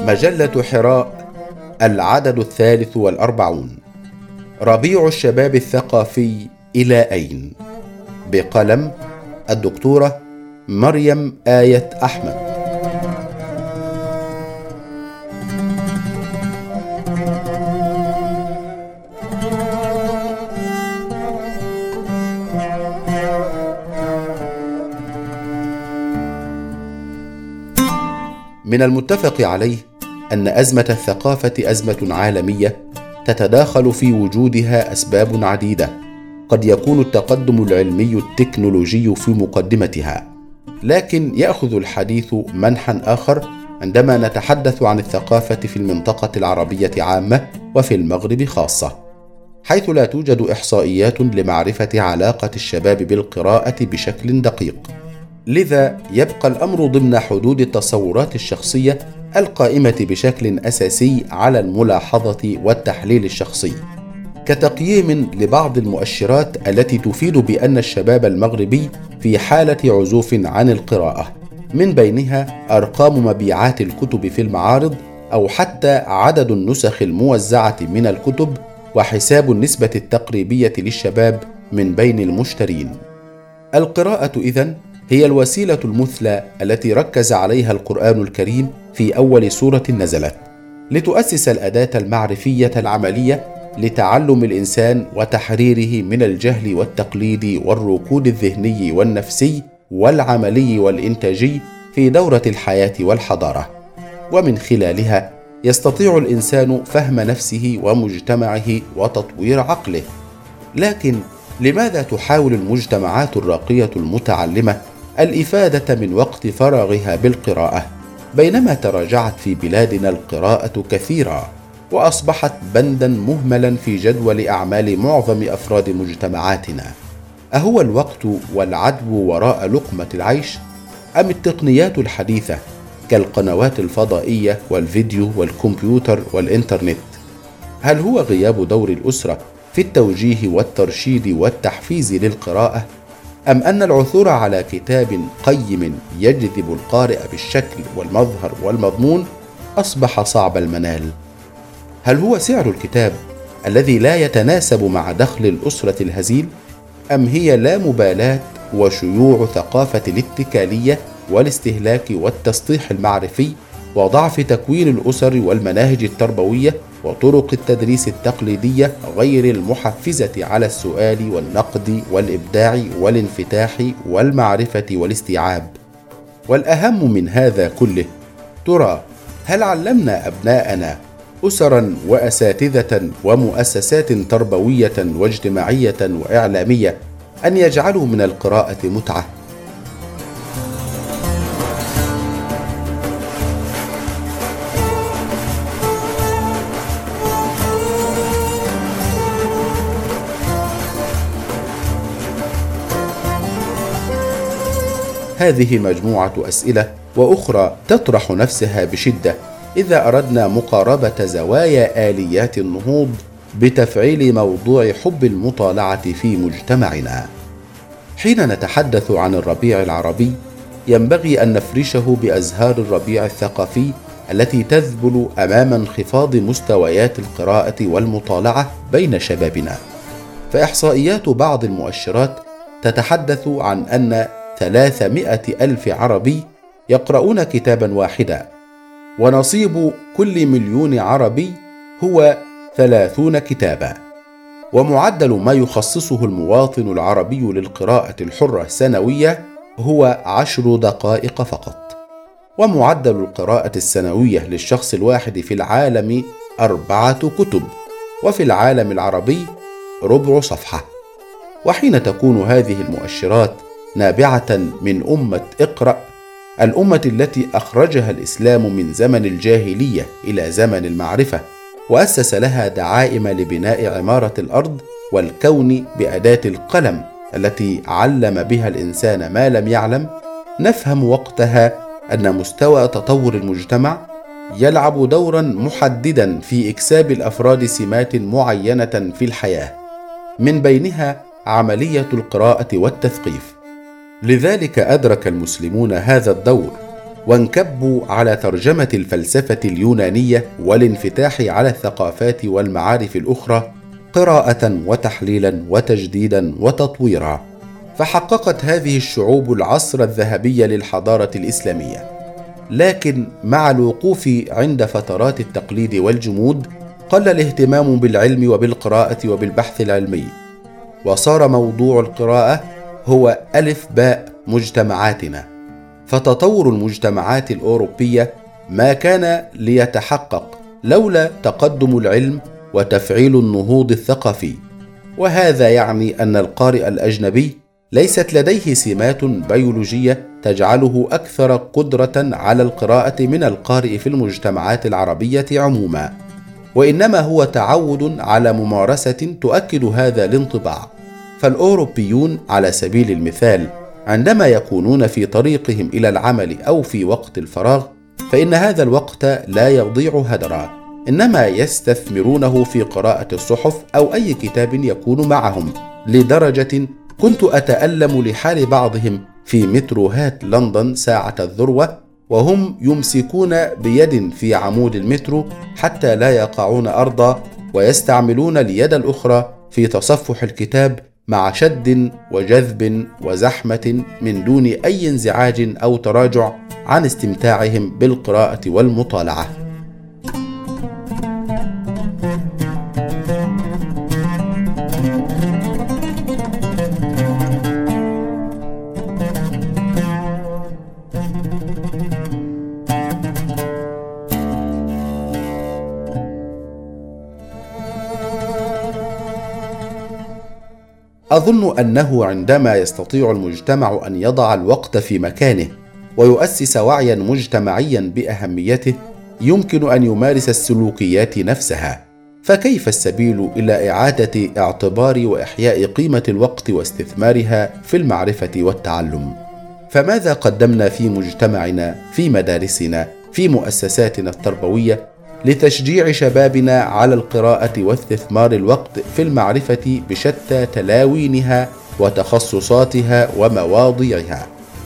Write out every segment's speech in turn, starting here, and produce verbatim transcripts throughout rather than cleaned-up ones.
مجلة حراء، العدد الثالث والأربعون. ربيع الشباب الثقافي إلى أين؟ بقلم الدكتورة مريم آية أحمد. من المتفق عليه أن أزمة الثقافة أزمة عالمية تتداخل في وجودها أسباب عديدة، قد يكون التقدم العلمي التكنولوجي في مقدمتها، لكن يأخذ الحديث منحا آخر عندما نتحدث عن الثقافة في المنطقة العربية عامة وفي المغرب خاصة، حيث لا توجد إحصائيات لمعرفة علاقة الشباب بالقراءة بشكل دقيق. لذا يبقى الأمر ضمن حدود التصورات الشخصية القائمة بشكل أساسي على الملاحظة والتحليل الشخصي، كتقييم لبعض المؤشرات التي تفيد بأن الشباب المغربي في حالة عزوف عن القراءة، من بينها أرقام مبيعات الكتب في المعارض، أو حتى عدد النسخ الموزعة من الكتب، وحساب النسبة التقريبية للشباب من بين المشترين. القراءة إذن هي الوسيلة المثلى التي ركز عليها القرآن الكريم في أول سورة نزلت، لتؤسس الأداة المعرفية العملية لتعلم الإنسان وتحريره من الجهل والتقليد والركود الذهني والنفسي والعملي والإنتاجي في دورة الحياة والحضارة، ومن خلالها يستطيع الإنسان فهم نفسه ومجتمعه وتطوير عقله. لكن لماذا تحاول المجتمعات الراقية المتعلمة الإفادة من وقت فراغها بالقراءة، بينما تراجعت في بلادنا القراءة كثيرا وأصبحت بندا مهملا في جدول أعمال معظم أفراد مجتمعاتنا؟ أهو الوقت والعدو وراء لقمة العيش، أم التقنيات الحديثة كالقنوات الفضائية والفيديو والكمبيوتر والإنترنت؟ هل هو غياب دور الأسرة في التوجيه والترشيد والتحفيز للقراءة، أم أن العثور على كتاب قيم يجذب القارئ بالشكل والمظهر والمضمون أصبح صعب المنال؟ هل هو سعر الكتاب الذي لا يتناسب مع دخل الأسرة الهزيل، أم هي لا مبالاة وشيوع ثقافة الاتكالية والاستهلاك والتسطيح المعرفي وضعف تكوين الأسر والمناهج التربوية وطرق التدريس التقليدية غير المحفزة على السؤال والنقد والإبداع والانفتاح والمعرفة والاستيعاب؟ والأهم من هذا كله، ترى هل علمنا أبناءنا أسرا وأساتذة ومؤسسات تربوية واجتماعية وإعلامية أن يجعلوا من القراءة متعة؟ هذه مجموعة أسئلة وأخرى تطرح نفسها بشدة إذا أردنا مقاربة زوايا آليات النهوض بتفعيل موضوع حب المطالعة في مجتمعنا. حين نتحدث عن الربيع العربي، ينبغي أن نفرشه بأزهار الربيع الثقافي التي تذبل أمام انخفاض مستويات القراءة والمطالعة بين شبابنا. فإحصائيات بعض المؤشرات تتحدث عن أن ثلاثمائة ألف عربي يقرؤون كتابا واحدا، ونصيب كل مليون عربي هو ثلاثون كتابا، ومعدل ما يخصصه المواطن العربي للقراءة الحرة سنويا هو عشر دقائق فقط، ومعدل القراءة السنوية للشخص الواحد في العالم أربعة كتب، وفي العالم العربي ربع صفحة. وحين تكون هذه المؤشرات نابعة من أمة اقرأ، الأمة التي أخرجها الإسلام من زمن الجاهلية إلى زمن المعرفة، وأسس لها دعائم لبناء عمارة الأرض والكون بأداة القلم التي علم بها الإنسان ما لم يعلم، نفهم وقتها أن مستوى تطور المجتمع يلعب دورا محددا في إكساب الأفراد سمات معينة في الحياة، من بينها عملية القراءة والتثقيف. لذلك أدرك المسلمون هذا الدور، وانكبوا على ترجمة الفلسفة اليونانية والانفتاح على الثقافات والمعارف الأخرى قراءة وتحليلا وتجديدا وتطويرا. فحققت هذه الشعوب العصر الذهبي للحضارة الإسلامية، لكن مع الوقوف عند فترات التقليد والجمود قل الاهتمام بالعلم وبالقراءة وبالبحث العلمي، وصار موضوع القراءة هو ألف باء مجتمعاتنا. فتطور المجتمعات الأوروبية ما كان ليتحقق لولا تقدم العلم وتفعيل النهوض الثقافي، وهذا يعني أن القارئ الأجنبي ليست لديه سمات بيولوجية تجعله أكثر قدرة على القراءة من القارئ في المجتمعات العربية عموما، وإنما هو تعود على ممارسة تؤكد هذا الانطباع. فالأوروبيون على سبيل المثال عندما يكونون في طريقهم إلى العمل أو في وقت الفراغ فإن هذا الوقت لا يضيع هدرا، إنما يستثمرونه في قراءة الصحف أو أي كتاب يكون معهم، لدرجة كنت أتألم لحال بعضهم في متروهات لندن ساعة الذروة وهم يمسكون بيد في عمود المترو حتى لا يقعون أرضا، ويستعملون اليد الأخرى في تصفح الكتاب مع شد وجذب وزحمة من دون أي انزعاج أو تراجع عن استمتاعهم بالقراءة والمطالعة. أظن أنه عندما يستطيع المجتمع أن يضع الوقت في مكانه ويؤسس وعيا مجتمعيا بأهميته يمكن أن يمارس السلوكيات نفسها. فكيف السبيل إلى إعادة اعتبار وإحياء قيمة الوقت واستثمارها في المعرفة والتعلم؟ فماذا قدمنا في مجتمعنا، في مدارسنا، في مؤسساتنا التربوية لتشجيع شبابنا على القراءة واستثمار الوقت في المعرفة بشتى تلاوينها وتخصصاتها ومواضيعها؟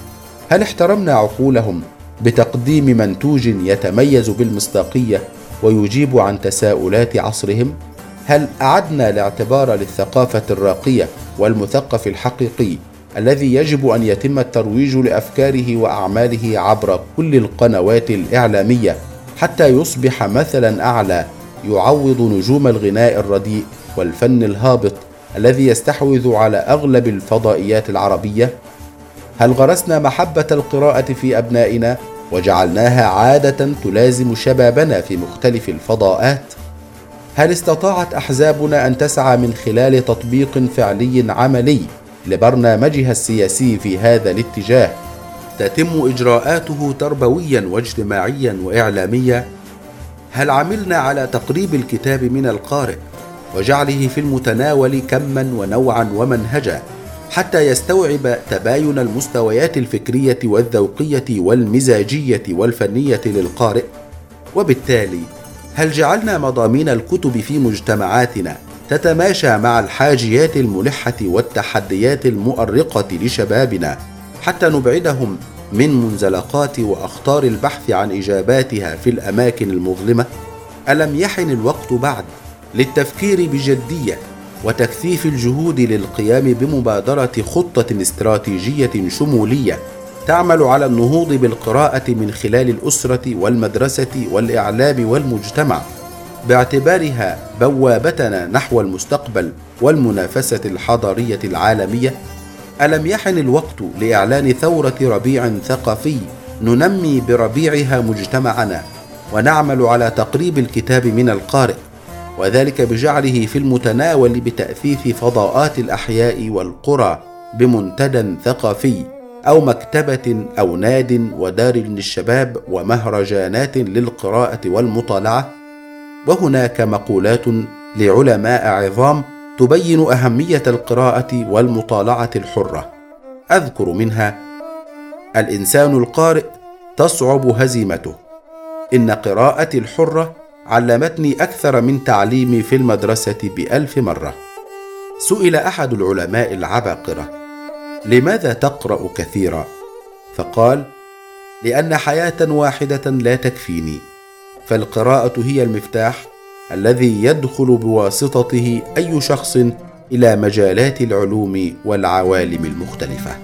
هل احترمنا عقولهم بتقديم منتوج يتميز بالمصداقية ويجيب عن تساؤلات عصرهم؟ هل أعدنا الاعتبار للثقافة الراقية والمثقف الحقيقي الذي يجب أن يتم الترويج لأفكاره وأعماله عبر كل القنوات الإعلامية حتى يصبح مثلا أعلى يعوض نجوم الغناء الرديء والفن الهابط الذي يستحوذ على أغلب الفضائيات العربية؟ هل غرسنا محبة القراءة في أبنائنا وجعلناها عادة تلازم شبابنا في مختلف الفضاءات؟ هل استطاعت أحزابنا أن تسعى من خلال تطبيق فعلي عملي لبرنامجها السياسي في هذا الاتجاه تتم إجراءاته تربويا واجتماعيا وإعلاميا؟ هل عملنا على تقريب الكتاب من القارئ وجعله في المتناول كما ونوعا ومنهجا حتى يستوعب تباين المستويات الفكرية والذوقية والمزاجية والفنية للقارئ؟ وبالتالي هل جعلنا مضامين الكتب في مجتمعاتنا تتماشى مع الحاجيات الملحة والتحديات المؤرقة لشبابنا حتى نبعدهم من منزلقات وأخطار البحث عن إجاباتها في الأماكن المظلمة؟ ألم يحن الوقت بعد للتفكير بجدية وتكثيف الجهود للقيام بمبادرة خطة استراتيجية شمولية تعمل على النهوض بالقراءة من خلال الأسرة والمدرسة والإعلام والمجتمع باعتبارها بوابتنا نحو المستقبل والمنافسة الحضارية العالمية؟ ألم يحن الوقت لإعلان ثورة ربيع ثقافي ننمي بربيعها مجتمعنا ونعمل على تقريب الكتاب من القارئ، وذلك بجعله في المتناول بتأثيث فضاءات الأحياء والقرى بمنتدى ثقافي أو مكتبة أو ناد ودار للشباب ومهرجانات للقراءة والمطالعة؟ وهناك مقولات لعلماء عظام تبين أهمية القراءة والمطالعة الحرة، أذكر منها: الإنسان القارئ تصعب هزيمته، إن قراءتي الحرة علمتني أكثر من تعليمي في المدرسة بألف مرة. سئل أحد العلماء العباقرة: لماذا تقرأ كثيرا؟ فقال: لأن حياة واحدة لا تكفيني، فالقراءة هي المفتاح الذي يدخل بواسطته أي شخص إلى مجالات العلوم والعوالم المختلفة.